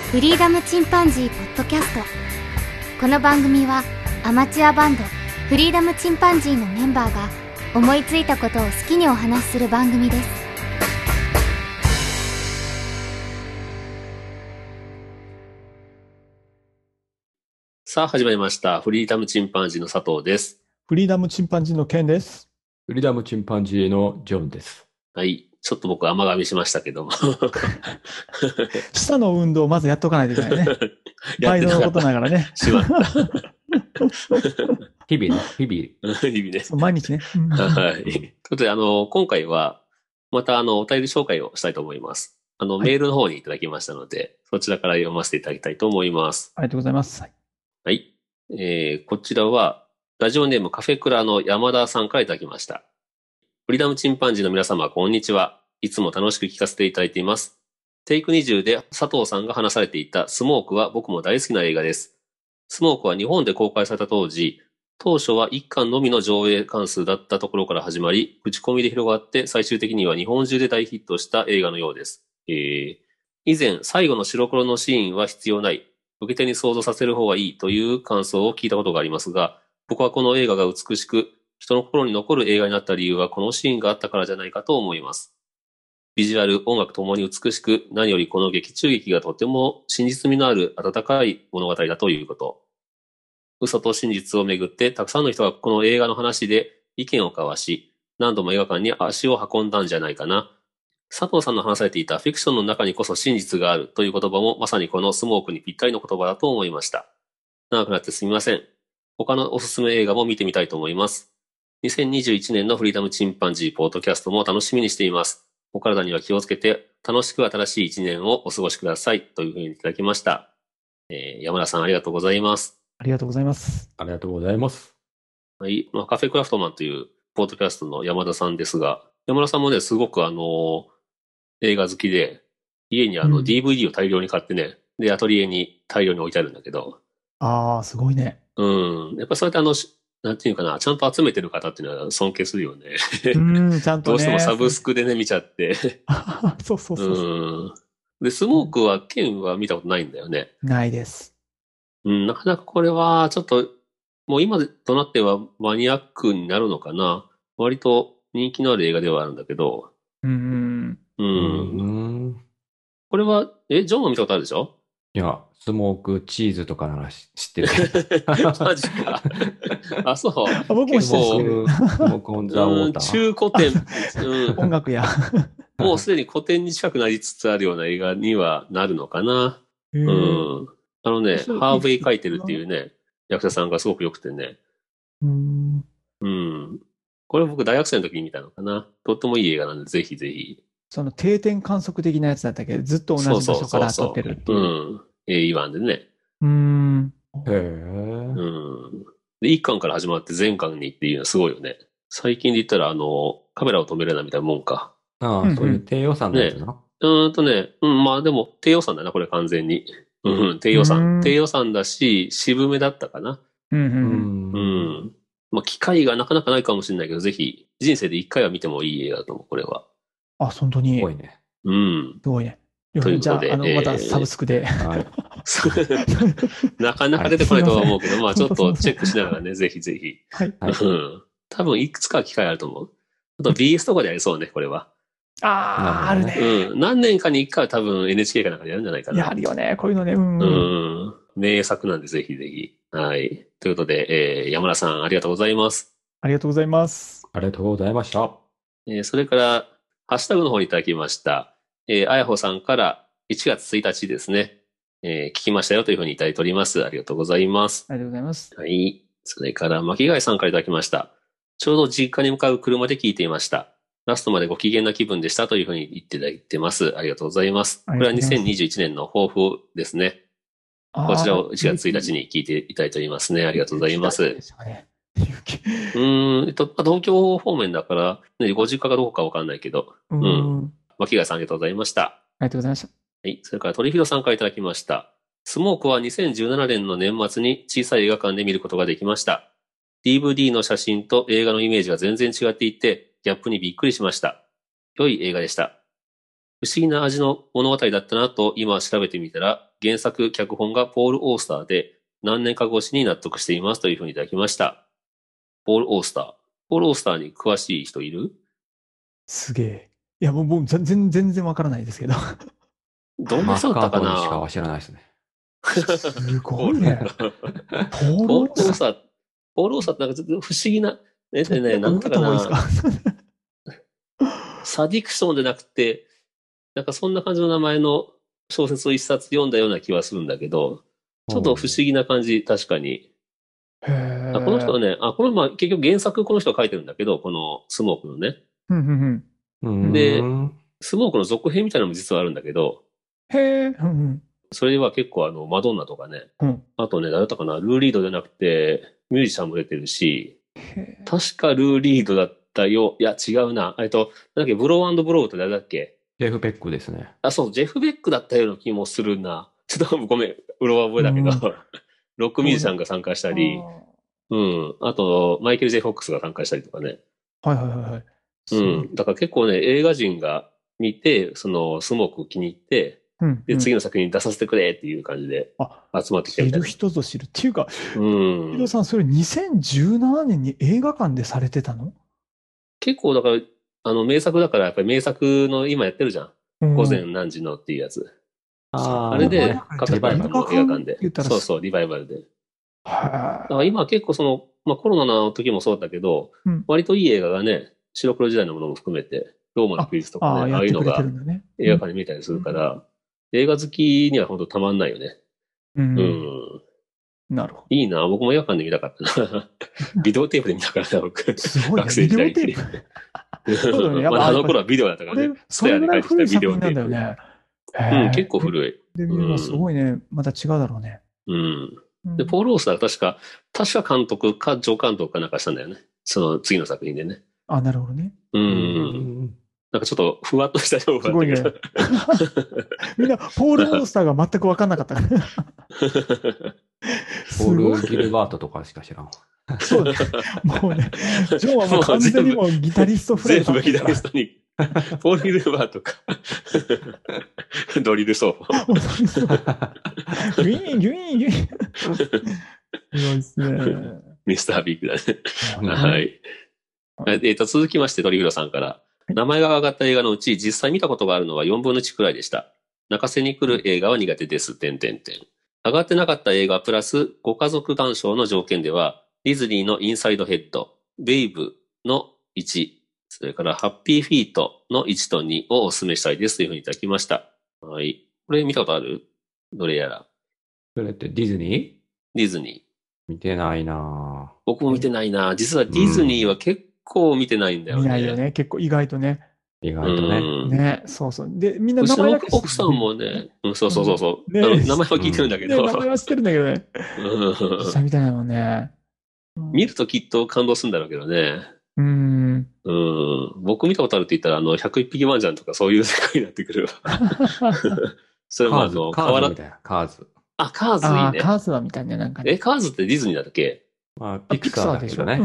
フリーダムチンパンジーポッドキャスト。この番組はアマチュアバンドフリーダムチンパンジーのメンバーが思いついたことを好きにお話しする番組です。 さあ始まりました。フリーダムチンパンジーの佐藤です。 フリーダムチンパンジーのケンです。 フリーダムチンパンジーのジョンです。 はい。ちょっと僕甘噛みしましたけども。 舌の運動をまずやっとかないといけないね。毎度のことながらね。 しまった。 日々ね。 日々ね。 毎日ね。 はい。ということで、今回は、またお便り紹介をしたいと思います。メールの方にいただきましたので、そちらから読ませていただきたいと思います。 ありがとうございます。 はい。こちらは、ラジオネームカフェクラの山田さんからいただきました。フリーダムチンパンジーの皆様、こんにちは。いつも楽しく聞かせていただいています。テイク20で佐藤さんが話されていたスモークは僕も大好きな映画です。スモークは日本で公開された当初は1巻のみの上映関数だったところから始まり、口コミで広がって最終的には日本中で大ヒットした映画のようです。以前、最後の白黒のシーンは必要ない。受け手に想像させる方がいいという感想を聞いたことがありますが、僕はこの映画が美しく、人の心に残る映画になった理由はこのシーンがあったからじゃないかと思います。ビジュアル、音楽ともに美しく、何よりこの劇中劇がとても真実味のある温かい物語だということ。嘘と真実をめぐってたくさんの人がこの映画の話で意見を交わし、何度も映画館に足を運んだんじゃないかな。佐藤さんの話されていたフィクションの中にこそ真実があるという言葉もまさにこのスモークにぴったりの言葉だと思いました。長くなってすみません。他のおすすめ映画も見てみたいと思います。2021年のフリーダムチンパンジーポッドキャストも楽しみにしています。お体には気をつけて楽しく新しい一年をお過ごしくださいというふうにいただきました。山田さんありがとうございます。 ありがとうございます。 ありがとうございます。 はい。カフェクラフトマンというポッドキャストの山田さんですが、山田さんもね、すごく映画好きで、家にDVD を大量に買ってね、で、アトリエに大量に置いてあるんだけど。 ああ、すごいね。 やっぱそうやってなんていうかな、ちゃんと集めてる方っていうのは尊敬するよね。 ちゃんとね。 どうしてもサブスクでね、見ちゃって。 そう。 で、スモークは、ケンは見たことないんだよね。 ないです。 なかなかこれは、ちょっと、もう今となってはマニアックになるのかな。割と人気のある映画ではあるんだけど。これは、ジョンも見たことあるでしょ？ いや、スモークチーズとかなら知ってる。 マジか。あ、そう。 僕も知ってる。 スモークオンザウォーター。 中古典。 音楽や。 もうすでに古典に近くなりつつあるような映画にはなるのかな。ハーヴェイ・カイテルっていうね、役者さんがすごく良くてね。これ僕大学生の時に見たのかな。とってもいい映画なんで、ぜひぜひ。 その定点観測的なやつだったけど、ずっと同じ場所から撮ってるっていう。 A1 でね。で、1巻から始まって全巻にっていうのはすごいよね。最近で言ったらカメラを止めるなみたいなもんか。 ああ、そういう低予算のやつな。 まあでも低予算だな、これ完全に。低予算。低予算だし、渋めだったかな。まあ機会がなかなかないかもしれないけど、ぜひ人生で1回は見てもいい映画だと思う、これは。 あ、本当に。 すごいね。 すごいね。じゃあ、またサブスクで。 なかなか出てこないとは思うけど、まあちょっとチェックしながらね、ぜひぜひ。多分いくつか機会あると思う。あと BS とかでやりそうね、これは。 あるね。 何年かに1回は多分 NHK かなんかでやるんじゃないかな。 やるよね、こういうのね。 名作なんでぜひぜひ。はい。ということで、山田さんありがとうございます。 ありがとうございます。 ありがとうございました。 それから、ハッシュタグの方にいただきました。あやほさんから1月1日ですね。聞きましたよというふうにいただいております。ありがとうございます。 ありがとうございます。 はい。それから、巻貝さんからいただきました。ちょうど実家に向かう車で聞いていました。ラストまでご機嫌な気分でしたというふうに言っていただいてます。ありがとうございます。これは2021年の抱負ですね。こちらを1月1日に聞いていただいておりますね。ありがとうございます。東京方面だから、ね、ご実家がどこかわかんないけど。巻貝さんありがとうございました。 ありがとうございました。 はい。それから鳥広さんからいただきました。スモークは2017年の年末に小さい映画館で見ることができました。DVD の写真と映画のイメージが全然違っていて、ギャップにびっくりしました。良い映画でした。 不思議な味の物語だったなと今調べてみたら、原作脚本がポール・オースターで何年か越しに納得していますというふうにいただきました。ポール・オースター。ポール・オースターに詳しい人いる？ すげえ。いや、もう全然わからないですけど。 どんな人だったかな？ マーク・アントニーしかは知らないですね。 すごいね。ポール・ポール・オースター。ポール・オースターってなんかちょっと不思議な、なんだかな。サディクションでなくて、なんかそんな感じの名前の小説を一冊読んだような気はするんだけど、ちょっと不思議な感じ、確かに。 へこの人はね、結局原作この人が書いてるんだけど、このスモークのね。で、スモークの続編みたいなのも実はあるんだけど、それは結構マドンナとかね、あとね、誰だったかな、ルーリードじゃなくて、ミュージシャンも出てるし、確かルーリードだったよ。いや、違うな。なんだっけ、ブロー&ブローって誰だっけ？ ジェフ・ベックですね。 そう、ジェフ・ベックだったような気もするな。ちょっとごめん、うろ覚えだけど、ロックミュージシャンが参加したり、あと、マイケル・ジェフォックスが参加したりとかね。だから結構ね、映画人が見て、その、スモークを気に入って、で、次の作品に出させてくれっていう感じで集まってきてみたいな。 知る人ぞ知る。っていうか、ヒロさん、それ2017年に映画館でされてたの？ 結構だから、名作だからやっぱり名作の今やってるじゃん。午前何時のっていうやつ。あれで、かかったの映画館で。そうそう、リバイバルで。だから今結構コロナの時もそうだけど、割といい映画がね、白黒時代のものも含めて、ローマのクリスとかね、ああいうのが映画館で見たりするから、映画好きには本当たまんないよね。 なるほど。 いいな、僕も映画館で見たかったな。ビデオテープで見たからな、僕。 すごいね。 学生時代に。 ビデオテープあの頃はビデオだったからね。 それぐらい古い作品なんだよね。 結構古い。 すごいね。また違うだろうね。 で、ポール・オースターは確か監督か助監督かなんかしたんだよね。その次の作品でね。 なるほどね。 なんかちょっとふわっとした情報だったけど。 みんな、ポール・オースターが全く分かんなかったから。 ポール・ギルバートとかしか知らん。 そうね。もうね、ジョーはもう完全にもうギタリストフライ全部ギタリストに。ポール・ギルバートか。ドリル奏法。 ギュイン、ギュイン、ギュイン。すごいですね。 ミスター・ビッグだね。はい。続きまして、トリフロさんから。名前が挙がった映画のうち、実際見たことがあるのは4分の1くらいでした。泣かせに来る映画は苦手です。上がってなかった映画プラス、ご家族鑑賞の条件では、ディズニーのインサイドヘッド、ベイブの1、それからハッピーフィートの1と2をお勧めしたいですというふうにいただきました。はい。これ見たことある？どれやら。 それってディズニー？ ディズニー。 見てないなぁ。 僕も見てないなぁ。実はディズニーは結構見てないんだよね。 見ないよね。結構意外とね。 意外とね。 ね、そうそう。で、みんな名前だけ知ってる。 奥さんもね、そう。名前は聞いてるんだけど。 名前は知ってるんだけどね。実際見てないもんね。 見るときっと感動するんだろうけどね。僕見たことあるって言ったら、101匹ワンちゃんとかそういう世界になってくるわ。それもカーズみたいな。カーズ。 カーズいいね。 カーズはみたいな、なんかね。 カーズってディズニーだっけ？ ピクサーだけどね。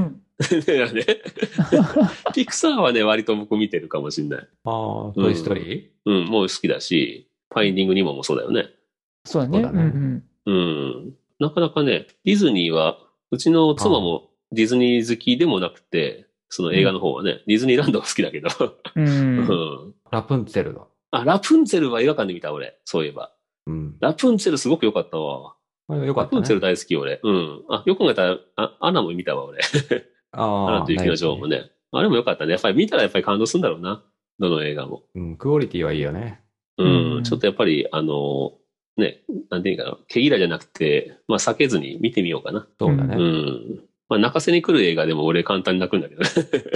ピクサーはね、割と僕見てるかもしれない。 トイストーリー？もう好きだし、ファインディングニモもそうだよね。 そうだね。 なかなかね、ディズニーは、うちの妻もディズニー好きでもなくて、その映画の方はね、ディズニーランドは好きだけど。 ラプンツェルだ。 ラプンツェルは映画館で見た、俺。そういえば。ラプンツェルすごく良かったわ。 よかったね。 ラプンツェル大好き、俺。よく考えたら、アナも見たわ、俺。アナと雪の女王もね。あれも良かったね。やっぱり見たらやっぱり感動するんだろうな。どの映画も。 クオリティはいいよね。 ちょっとやっぱり、ね、なんていうかな、毛嫌いじゃなくて、避けずに見てみようかな。 そうだね。 泣かせに来る映画でも俺簡単に泣くんだけどね。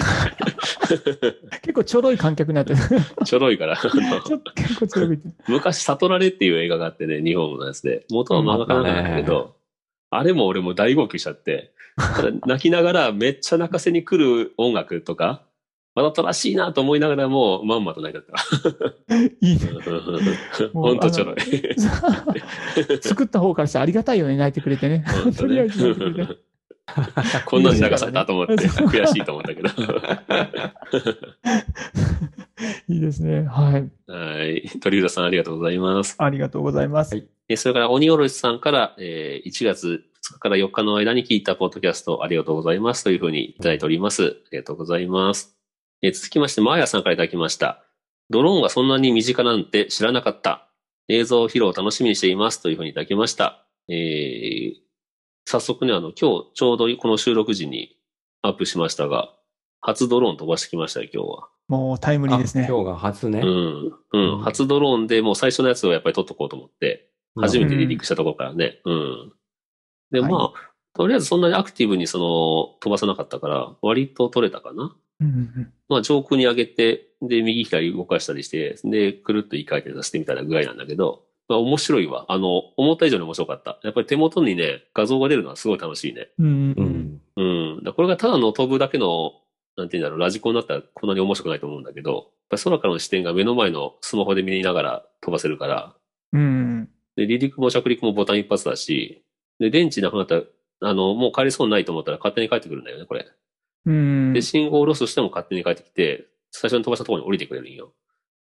結構ちょろい観客になってる。 ちょろいから。 結構ちょろい。 昔、悟られっていう映画があってね、日本のやつで。元は漫画家なんだけど、あれも俺も大号泣しちゃって、泣きながらめっちゃ泣かせに来る音楽とか、わざとらしいなと思いながらも、まんまと泣いちゃった。 いいね。 ほんとちょろい。 作った方からしたらありがたいよね、泣いてくれてね。とりあえず泣いてくれて。 こんなに流されたと思って、悔しいと思ったけど。 いいですね。はい。 はい。鳥浦さんありがとうございます。 ありがとうございます。 はい。 それから鬼おろしさんから、1月2日から4日の間に聞いたポッドキャストありがとうございますというふうにいただいております。ありがとうございます。続きまして、マーヤさんからいただきました。ドローンがそんなに身近なんて知らなかった。映像披露を楽しみにしていますというふうにいただきました。早速ね、今日ちょうどこの収録時にアップしましたが、初ドローン飛ばしてきましたよ、今日は。 もうタイムリーですね。 今日が初ね。 初ドローンでもう最初のやつをやっぱり撮っとこうと思って、初めて離陸したところからね。で、 はいまあ、とりあえずそんなにアクティブに飛ばさなかったから、割と撮れたかな。まあ、上空に上げて、で、右左動かしたりして、で、くるっと一回転させてみたいな具合なんだけど、まあ、面白いわ。思った以上に面白かった。やっぱり手元にね、画像が出るのはすごい楽しいね。これがただの飛ぶだけの、なんていうんだろう、ラジコンだったらこんなに面白くないと思うんだけど、やっぱり空からの視点が目の前のスマホで見ながら飛ばせるから、で、離陸も着陸もボタン一発だし、で、電池なくなったら、もう帰りそうにないと思ったら勝手に帰ってくるんだよね、これ。で、信号ロスしても勝手に帰ってきて、最初に飛ばしたところに降りてくれるんよ。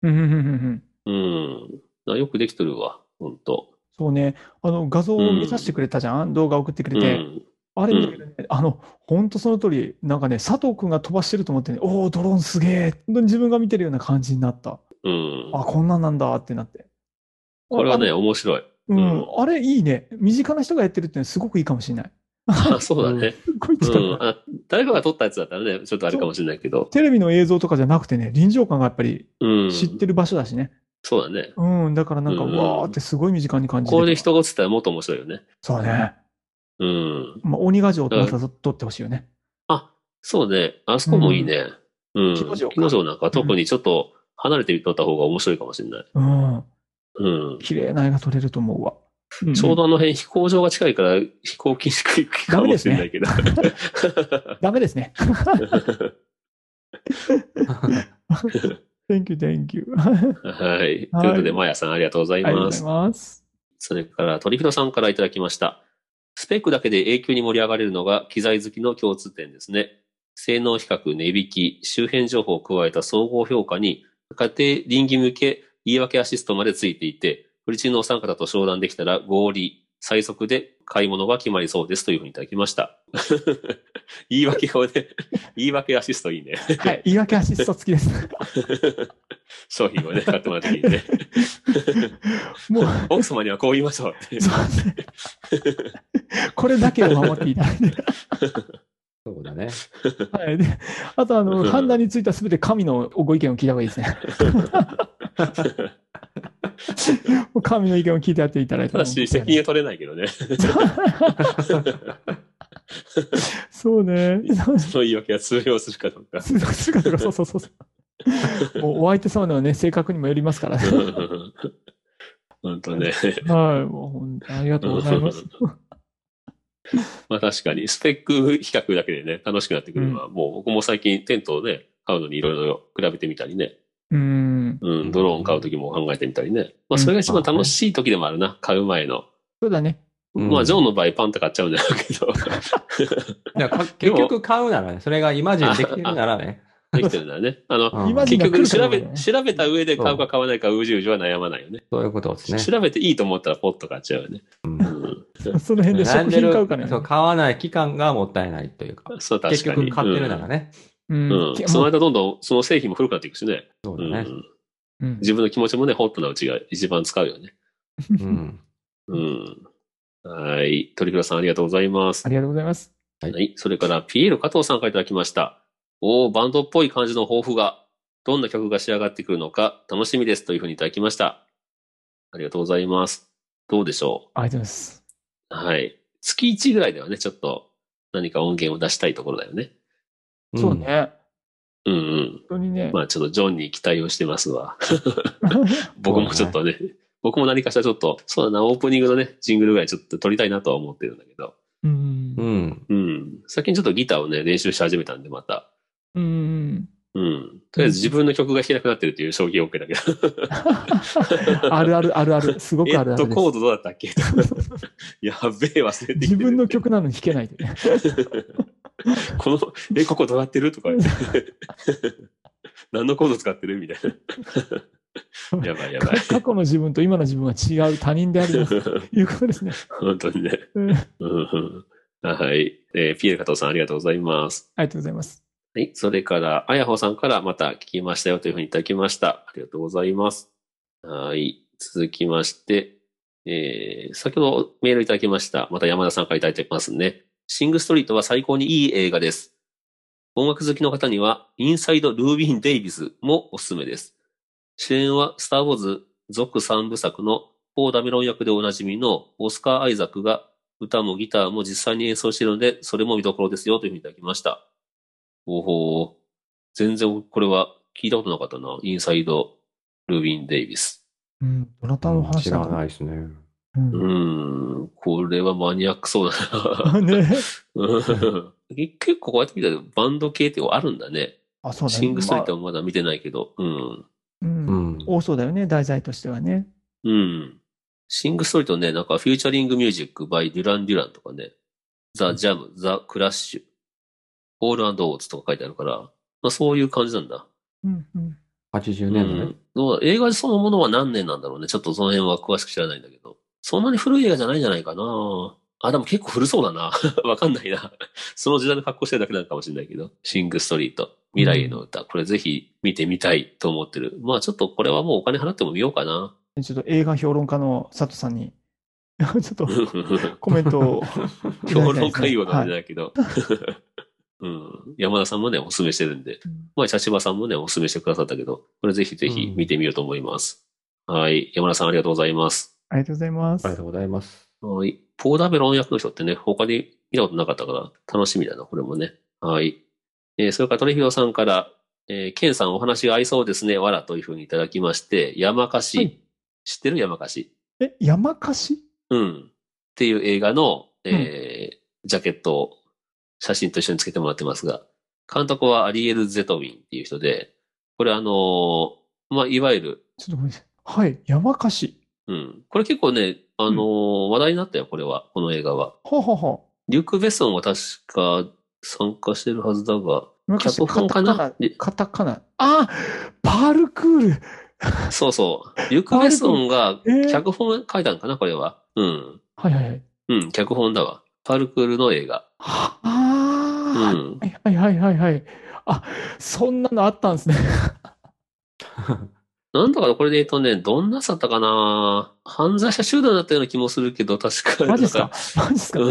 よくできとるわ、ほんと。 そうね。画像を見させてくれたじゃん、動画送ってくれて。あれ見てくれね、ほんとその通り、なんかね、佐藤くんが飛ばしてると思ってね、おお、ドローンすげえ。本当に自分が見てるような感じになった。あ、こんなんなんだってなって。 これはね、面白い。 あれいいね。身近な人がやってるってすごくいいかもしれない。 そうだね。誰かが撮ったやつだったらね、ちょっとあれかもしれないけど。 テレビの映像とかじゃなくてね、臨場感がやっぱり知ってる場所だしね。 そうだね。 だからなんか、わーってすごい身近に感じる。 これで人が映ったらもっと面白いよね。 そうね。まあ、鬼ヶ城とまた撮ってほしいよね。 あ、そうね。あそこもいいね。木之城なんか特にちょっと離れて撮った方が面白いかもしれない。 綺麗な絵が撮れると思うわ。 ちょうどあの辺飛行場が近いから飛行機にくいかもしれないけど。 ダメですね。Thank you, thank you. はい。ということで、まやさんありがとうございます。 ありがとうございます。 それから、鳥広さんからいただきました。スペックだけで永久に盛り上がれるのが機材好きの共通点ですね。性能比較、値引き、周辺情報を加えた総合評価に、家庭倫理向け言い訳アシストまでついていて、フリチンのお三方と商談できたら合理、最速で買い物が決まりそうですというふうにいただきました。言い訳をね、言い訳アシストいいね。 はい、言い訳アシスト付きです。 商品をね、買ってもらった時にね。もう奥様にはこう言いましょうって。 これだけを守っていただいて。 そうだね。 はい。で、あと判断については全て神のご意見を聞いた方がいいですね。神の意見を聞いてやっていただいたただし、責任は取れないけどね。 そうね。 その言い訳は通用するかどうか。 通用するかどうか、そう。もうお相手様のね、性格にもよりますからね。 本当ね。 はい。もう本当ありがとうございます。 まあ確かに、スペック比較だけでね、楽しくなってくるのは、もう僕も最近テントをね、買うのにいろいろ比べてみたりね。ドローン買うときも考えてみたりね。まあそれが一番楽しいときでもあるな、買う前の。 そうだね。 まあジョーの場合パンって買っちゃうんだけど。 結局買うならね、それがイマジンできてるならね。 できてるんだね。結局調べた上で買うか買わないかうじうじは悩まないよね。 そういうことですね。 調べていいと思ったらポッと買っちゃうよね。 その辺で食品買うかね。 そう、買わない期間がもったいないというか。 そう、確かに。 結局買ってるならね。 その間どんどんその製品も古くなっていくしね。 そうだね。 自分の気持ちもね、ホットなうちが一番使うよね。はい。鳥倉さんありがとうございます。 ありがとうございます。 はい。それから、ピエール加藤さんからいただきました。バンドっぽい感じの抱負が、どんな曲が仕上がってくるのか楽しみですというふうにいただきました。ありがとうございます。どうでしょう？ありがとうございます。 はい。月1ぐらいではね、ちょっと何か音源を出したいところだよね。 そうね。 本当にね。 まあちょっとジョンに期待をしてますわ。僕もちょっとね、僕も何かしらちょっと、そうだな、オープニングのね、ジングルぐらいちょっと撮りたいなとは思ってるんだけど。最近ちょっとギターをね、練習し始めたんで、また。とりあえず自分の曲が弾けなくなってるっていう衝撃を受けたけど。 ある。すごくあるあるです。 コードどうだったっけやべえ、忘れてきてる。 自分の曲なのに弾けないでね。 ここどうなってるとか言って。 何のコード使ってるみたいな。やばいやばい。 過去の自分と今の自分は違う他人であります。ということですね。 本当にね。はい。ピエール加藤さんありがとうございます。 ありがとうございます。 はい。それから、あやほさんからまた聞きましたよというふうにいただきました。ありがとうございます。はい。続きまして、先ほどメールいただきました。また山田さんからいただいてますね。シングストリートは最高にいい映画です。音楽好きの方には、インサイド・ルービン・デイビスもおすすめです。主演は、スター・ウォーズ続3部作のポー・ダメロン役でおなじみのオスカー・アイザックが歌もギターも実際に演奏しているので、それも見どころですよというふうにいただきました。おほー。全然これは聞いたことなかったな。インサイド・ルービン・デイビス。 うん。どなたの話知だからないですね。 これはマニアックそうだな。 ね。 結構こうやって見たらバンド系ってあるんだね。 あ、そうだね。 シングストリートはまだ見てないけど。 多そうだよね、題材としてはね。 シングストリートね、なんかフューチャリングミュージック by デュラン・デュランとかね、ザ・ジャム、ザ・クラッシュ、オール&オーツとか書いてあるから、まあそういう感じなんだ。 80年代、 どうだ映画そのものは何年なんだろうね。ちょっとその辺は詳しく知らないんだけど。そんなに古い映画じゃないんじゃないかな。あ、でも結構古そうだな。わかんないな。その時代の格好してるだけなのかもしれないけど。シングストリート、未来への歌。これぜひ見てみたいと思ってる。まあちょっとこれはもうお金払っても見ようかな。 ちょっと映画評論家の佐藤さんに、ちょっとコメントを、 評論家用なんじゃないけど。山田さんもね、おすすめしてるんで。茶芝さんもね、おすすめしてくださったけど、これぜひぜひ見てみようと思います。はい。山田さんありがとうございます。 ありがとうございます。 ありがとうございます。 はい。ポーダメロン役の人ってね、他に見たことなかったから楽しみだな、これもね。はい。それからトレフィオさんから、ケンさんお話が合いそうですね、わらというふうにいただきまして、山歌詞、はい、知ってる山歌詞。 山歌詞？ っていう映画の、ジャケットを写真と一緒につけてもらってますが、監督はアリエル・ゼトウィンっていう人で、これまあ、いわゆる。 ちょっとごめんなさい。はい、山歌詞。 これ結構ね、話題になったよ、これは、この映画は。リュック・ベッソンは確か参加してるはずだが、脚本かな？ カタカナ。あ、パールクール。 そうそう。リュック・ベッソンが脚本書いたのかな、これは。 はいはいはい。 脚本だわ。パールクールの映画。 はいはいはいはい。あ、そんなのあったんですね。 なんだかこれで言うとね、どんなさったかな犯罪者集団だったような気もするけど、確かに。 マジっすか？マジっすか？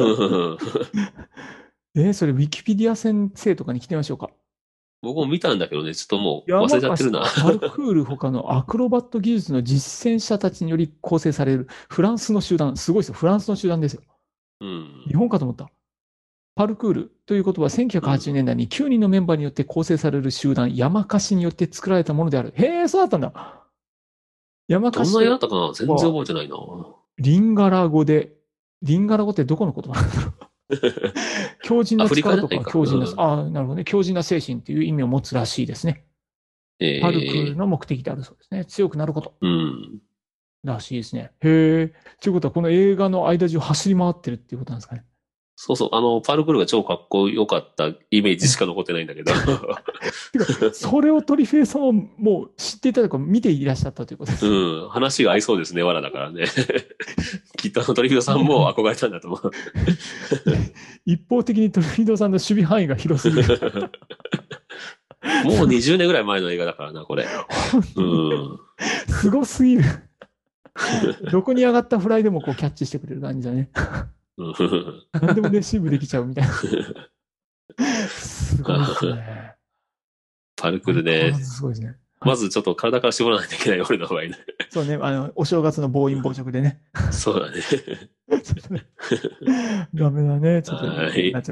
それウィキペディア先生とかに来てみましょうか。 僕も見たんだけどね、ちょっともう忘れちゃってるな。 パルクール他のアクロバット技術の実践者たちにより構成されるフランスの集団。すごいですよ。フランスの集団ですよ。日本かと思った。パルクールという言葉は1980年代に9人のメンバーによって構成される集団、山歌詞によって作られたものである。へえ、そうだったんだ。山歌詞。 どんな絵だったかな？全然覚えてないな。 リンガラ語ってどこの言葉なんだろう。強靭な力とか強靭な、なるほどね。強靭な精神という意味を持つらしいですね。パルクールの目的であるそうですね。強くなること。らしいですね。へえ。ということは、この映画の間中走り回ってるっていうことなんですかね。 そうそう。パルクールが超かっこよかったイメージしか残ってないんだけど。 それをトリフェイさんはもう知っていただくか見ていらっしゃったということです。 話が合いそうですね、わらだからね。きっとトリフィードさんも憧れたんだと思う。 一方的にトリフィードさんの守備範囲が広すぎる。 もう20年ぐらい前の映画だからな、これ。 すごすぎる。どこに上がったフライでもこうキャッチしてくれる感じだね。何でもレシーブできちゃうみたいな。すごいですね。 パルクールね。 すごいですね。 まずちょっと体から絞らないといけない俺の場合ね。 そうね、お正月の暴飲暴食でね。 そうだね。 ダメだね。ちょっと。 はい。 はい。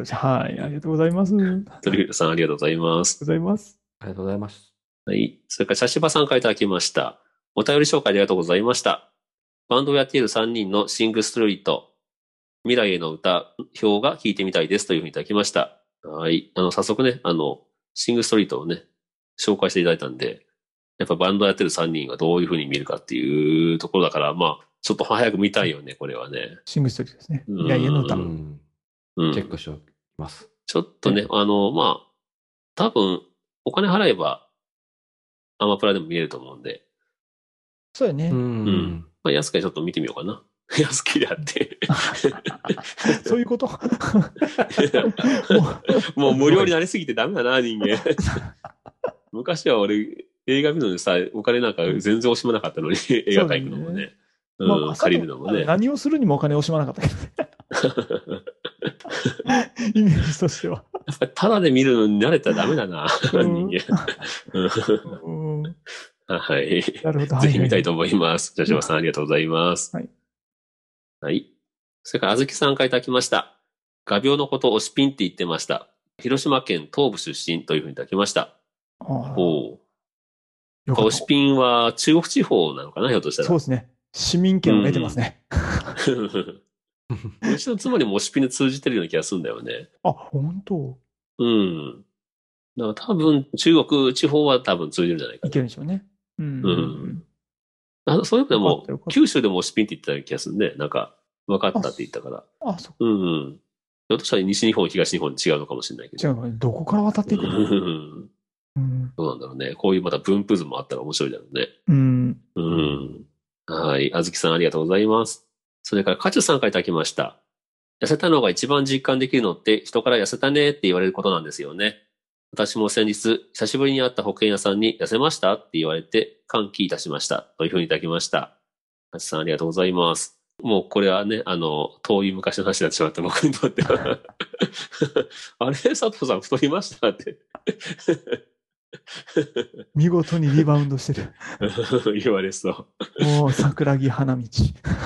ありがとうございます。 トリフィードさんありがとうございます。 ありがとうございます。 ありがとうございます。 はい。それから、茶芝さんからいただきました。お便り紹介ありがとうございました。バンドをやっている3人のシングストリート、未来への歌表が聞いてみたいですというふうにいただきました。はい。早速ね、シングストリートをね、紹介していただいたんで、やっぱバンドやってる3人がどういうふうに見るかっていうところだから、まあ、ちょっと早く見たいよね、これはね。 シングストリートですね。未来への歌。 チェックしておきます。 ちょっとね、まあ、多分、お金払えばアマプラでも見れると思うんで。 そうやね。 まあ、安くちょっと見てみようかな。安きであって。 そういうこともう無料になりすぎてダメだな、人間。昔は俺、映画見るのにさ、お金なんか全然惜しまなかったのに、映画館行くのもね。借りるのもね。 何をするにもお金惜しまなかったけどね。イメージとしては。 やっぱりタダで見るのに慣れたらダメだな、人間。はい。 なるほど。 ぜひ見たいと思います。ジャシオさんありがとうございます。 はい。 はい。それから、あずきさんからいただきました。画鋲のことを推しピンって言ってました。広島県東部出身というふうにいただきました。お推しピンは中国地方なのかな、ひょっとしたら。 そうですね。市民権を得てますね。 うちの妻にも推しピンで通じてるような気がするんだよね。 あ、本当。 だから多分、中国地方は多分通じるんじゃないかな。 いけるんでしょうね。 そういう意味でも、九州でも推しピンって言ってた気がするね。なんか、分かったって言ったから。 あ、そう。 ひょっとしたら西日本、東日本違うのかもしれないけど。 違うのどこから渡っていくのどうなんだろうね。こういうまた分布図もあったら面白いだろうね。はい。あずきさんありがとうございます。それから、かちゅさんからいただきました。痩せたのが一番実感できるのって人から痩せたねって言われることなんですよね。私も先日、久しぶりに会った保険屋さんに痩せましたって言われて歓喜いたしました。というふうにいただきました。かちゅさんありがとうございます。もうこれはね、遠い昔の話になってしまった僕にとっては。あれ佐藤さん太りましたって。 見事にリバウンドしてる。 言われそう。 もう桜木花道。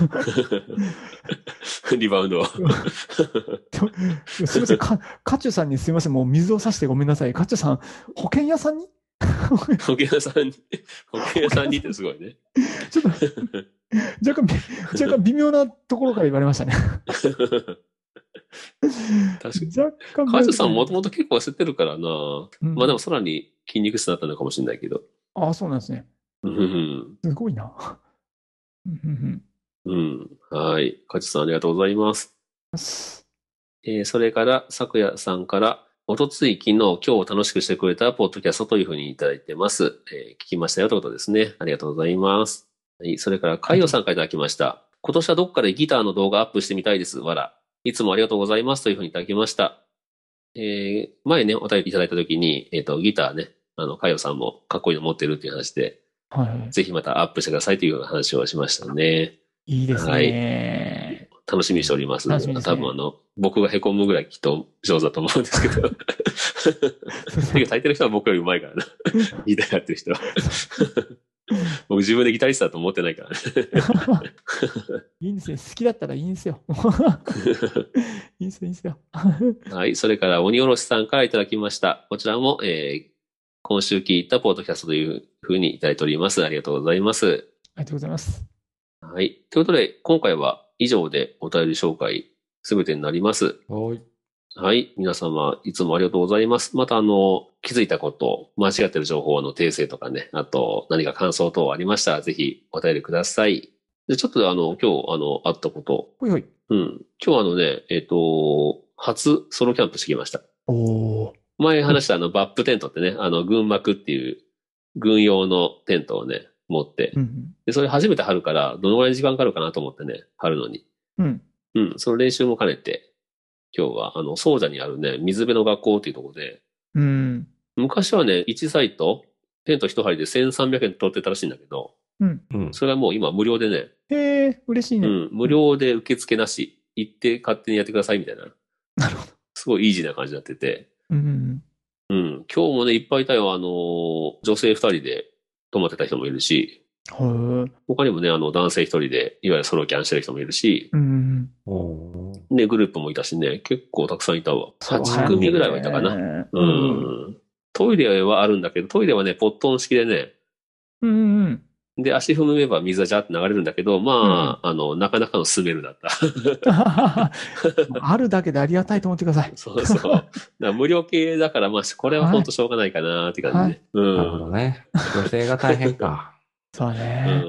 リバウンド。 すみません、カチュさんにすみません、もう水を差してごめんなさい。カチュさん、保険屋さんに保険屋さんにってすごいね。 ちょっと、若干微妙なところから言われましたね。 確かに。カチュさんもともと結構痩せてるからな。まあでもさらに筋肉質だったのかもしれないけど。 ああ、そうなんですね。すごいな。 はい。カチュさんありがとうございます。それから、昨夜さんから、おとつい、昨日、今日を楽しくしてくれたポッドキャストというふうにいただいてます。聞きましたよということですね。ありがとうございます。はい。それから、海洋さんからいただきました。今年はどっかでギターの動画アップしてみたいです。わら。いつもありがとうございますというふうにいただきました。前ね、お便りいただいたときに、ギターね、海洋さんもかっこいいの持ってるっていう話で、ぜひまたアップしてくださいという話をしましたね。 いいですね。はい。 楽しみにしております。多分僕が凹むぐらいきっと上手だと思うんですけど。大抵の人は僕より上手いからな。ギターやってる人は。僕自分でギタリストだと思ってないからね。 いいんですよ。好きだったらいいんですよ。いいんですよ。 はい。それから鬼おろしさんからいただきました。こちらも、今週聞いたポッドキャストというふうにいただいております。ありがとうございます。 ありがとうございます。 はい。ということで、今回は以上でお便り紹介すべてになります。はい。皆様、いつもありがとうございます。また、気づいたこと、間違ってる情報の訂正とかね、あと、何か感想等ありましたら、ぜひお便りください。で、ちょっと今日、あったこと。 今日初ソロキャンプしてきました。前話したバップテントってね、軍幕っていう軍用のテントをね、持って、で、それ初めて張るから、どのぐらい時間かかるかなと思ってね、張るのに。その練習も兼ねて、今日は、総社にあるね、水辺の学校っていうところで、昔はね、1サイト、テント1張りで1300円取ってたらしいんだけど、それがもう今無料でね、 嬉しいね。 無料で受付なし、行って勝手にやってくださいみたいな。 なるほど。 すごいイージーな感じになってて、今日もね、いっぱいいたよ。女性2人で泊まってた人もいるし、他にもね、男性1人で、いわゆるソロキャンしてる人もいるし、で、グループもいたしね、結構たくさんいたわ。8組ぐらいはいたかな。トイレはあるんだけど、トイレはね、ポットン式でね、で、足踏めば水がジャーって流れるんだけど、まあ、なかなかのスメルだった。 あるだけでありがたいと思ってください。 そうそう。無料系だから、まあ、これは本当しょうがないかなって感じで。 なるほどね。女性が大変か。 そうね。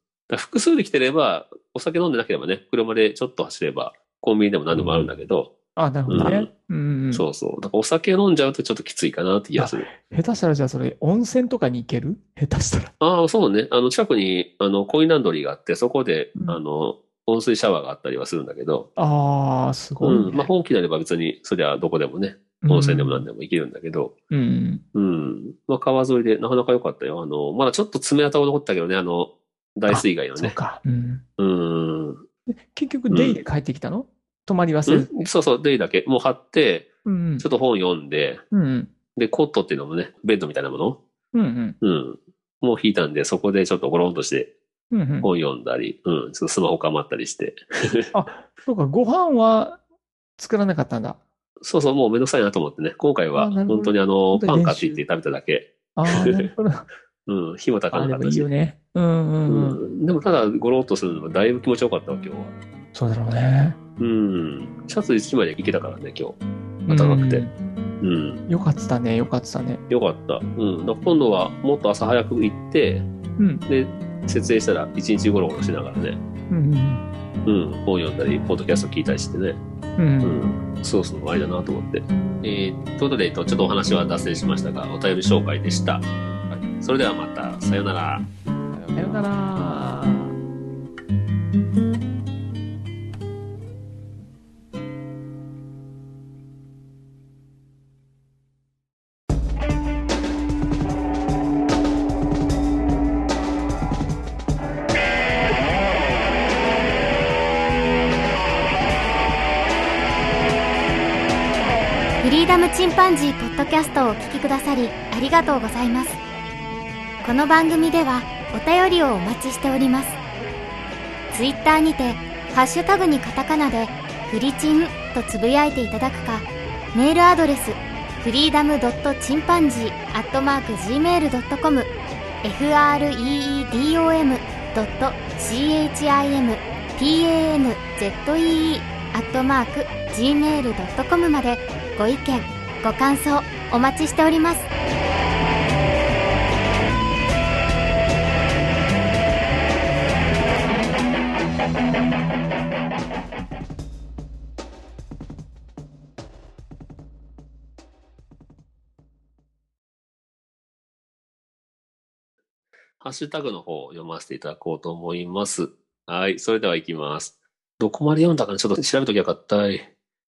複数で来てれば、お酒飲んでなければね、車でちょっと走れば、コンビニでも何でもあるんだけど、 あ、なるほどね。 そうそう。だからお酒飲んじゃうとちょっときついかなって気がする。 下手したらじゃあそれ、温泉とかに行ける？下手したら。 ああ、そうね。近くに、コインランドリーがあって、そこで、温水シャワーがあったりはするんだけど。 ああ、すごい、ね。 まあ、本気であれば別に、そりゃどこでもね、温泉でも何でも行けるんだけど。まあ、川沿いでなかなか良かったよ。まだちょっと爪痕が残ったけどね、大水害のね。 そうか。結局、デイで帰ってきたの？泊まりはせず。 そうそう、デイだけ。もう貼って、ちょっと本読んで、で、コットっていうのもね、ベッドみたいなものもう引いたんで、そこでちょっとゴロンとして、本読んだり、ちょっとスマホ構ったりして。 あ、そうか、ご飯は作らなかったんだ。 そうそう、もうめんどくさいなと思ってね。今回は本当にパン買っていって食べただけ。 ああ、なるほど。 火も高かったし。 でもいいよね。でもただゴロッとするのがだいぶ気持ちよかったわ、今日は。 そうだろうね。 シャツ1枚でいけたからね、今日。暖かくて。 よかったね、よかったね。 よかった。だから今度はもっと朝早く行って、で、設営したら1日ゴロゴロしながらね。本読んだり、ポッドキャスト聞いたりしてね。そうそう、あれだなと思って。ということで、ちょっとお話は脱線しましたが、お便り紹介でした。それではまた、さようなら。 さようなら。 フリーダムチンパンジーポッドキャストをお聞きくださりありがとうございます。この番組ではお便りをお待ちしております。ツイッターにてハッシュタグにカタカナでフリチンとつぶやいていただくか、メールアドレスフリーダムドットチンパンジー@gmail.com freedom ドット chimpanzee@gmail.com までご意見ご感想お待ちしております。 ハッシュタグの方を読ませていただこうと思います。はい。それでは行きます。どこまで読んだかな、ちょっと調べときゃよかったい。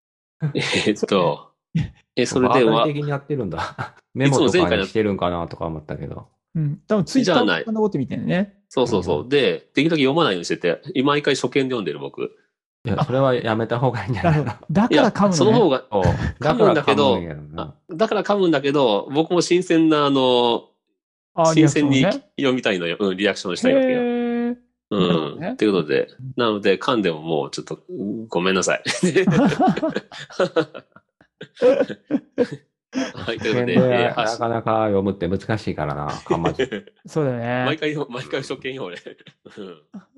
それでは。 的にやってるんだ。メモとかにしてるんかなとか思ったけど。 多分ツイッターのことみたいなね。 そうそうそう。で、できるだけ読まないようにしてて、毎回初見で読んでる僕。 いや、それはやめた方がいいんじゃないの？ だから噛むのね。 その方が、噛むんだけど、だから噛むんだけど、僕も新鮮な、新鮮に読みたいのよ。リアクションしたいわけよ。ということで、なので、噛んでももうちょっと、ごめんなさい。はい、ということで、 なかなか読むって難しいからな、噛まず。 そうだよね。 毎回初見よ、俺。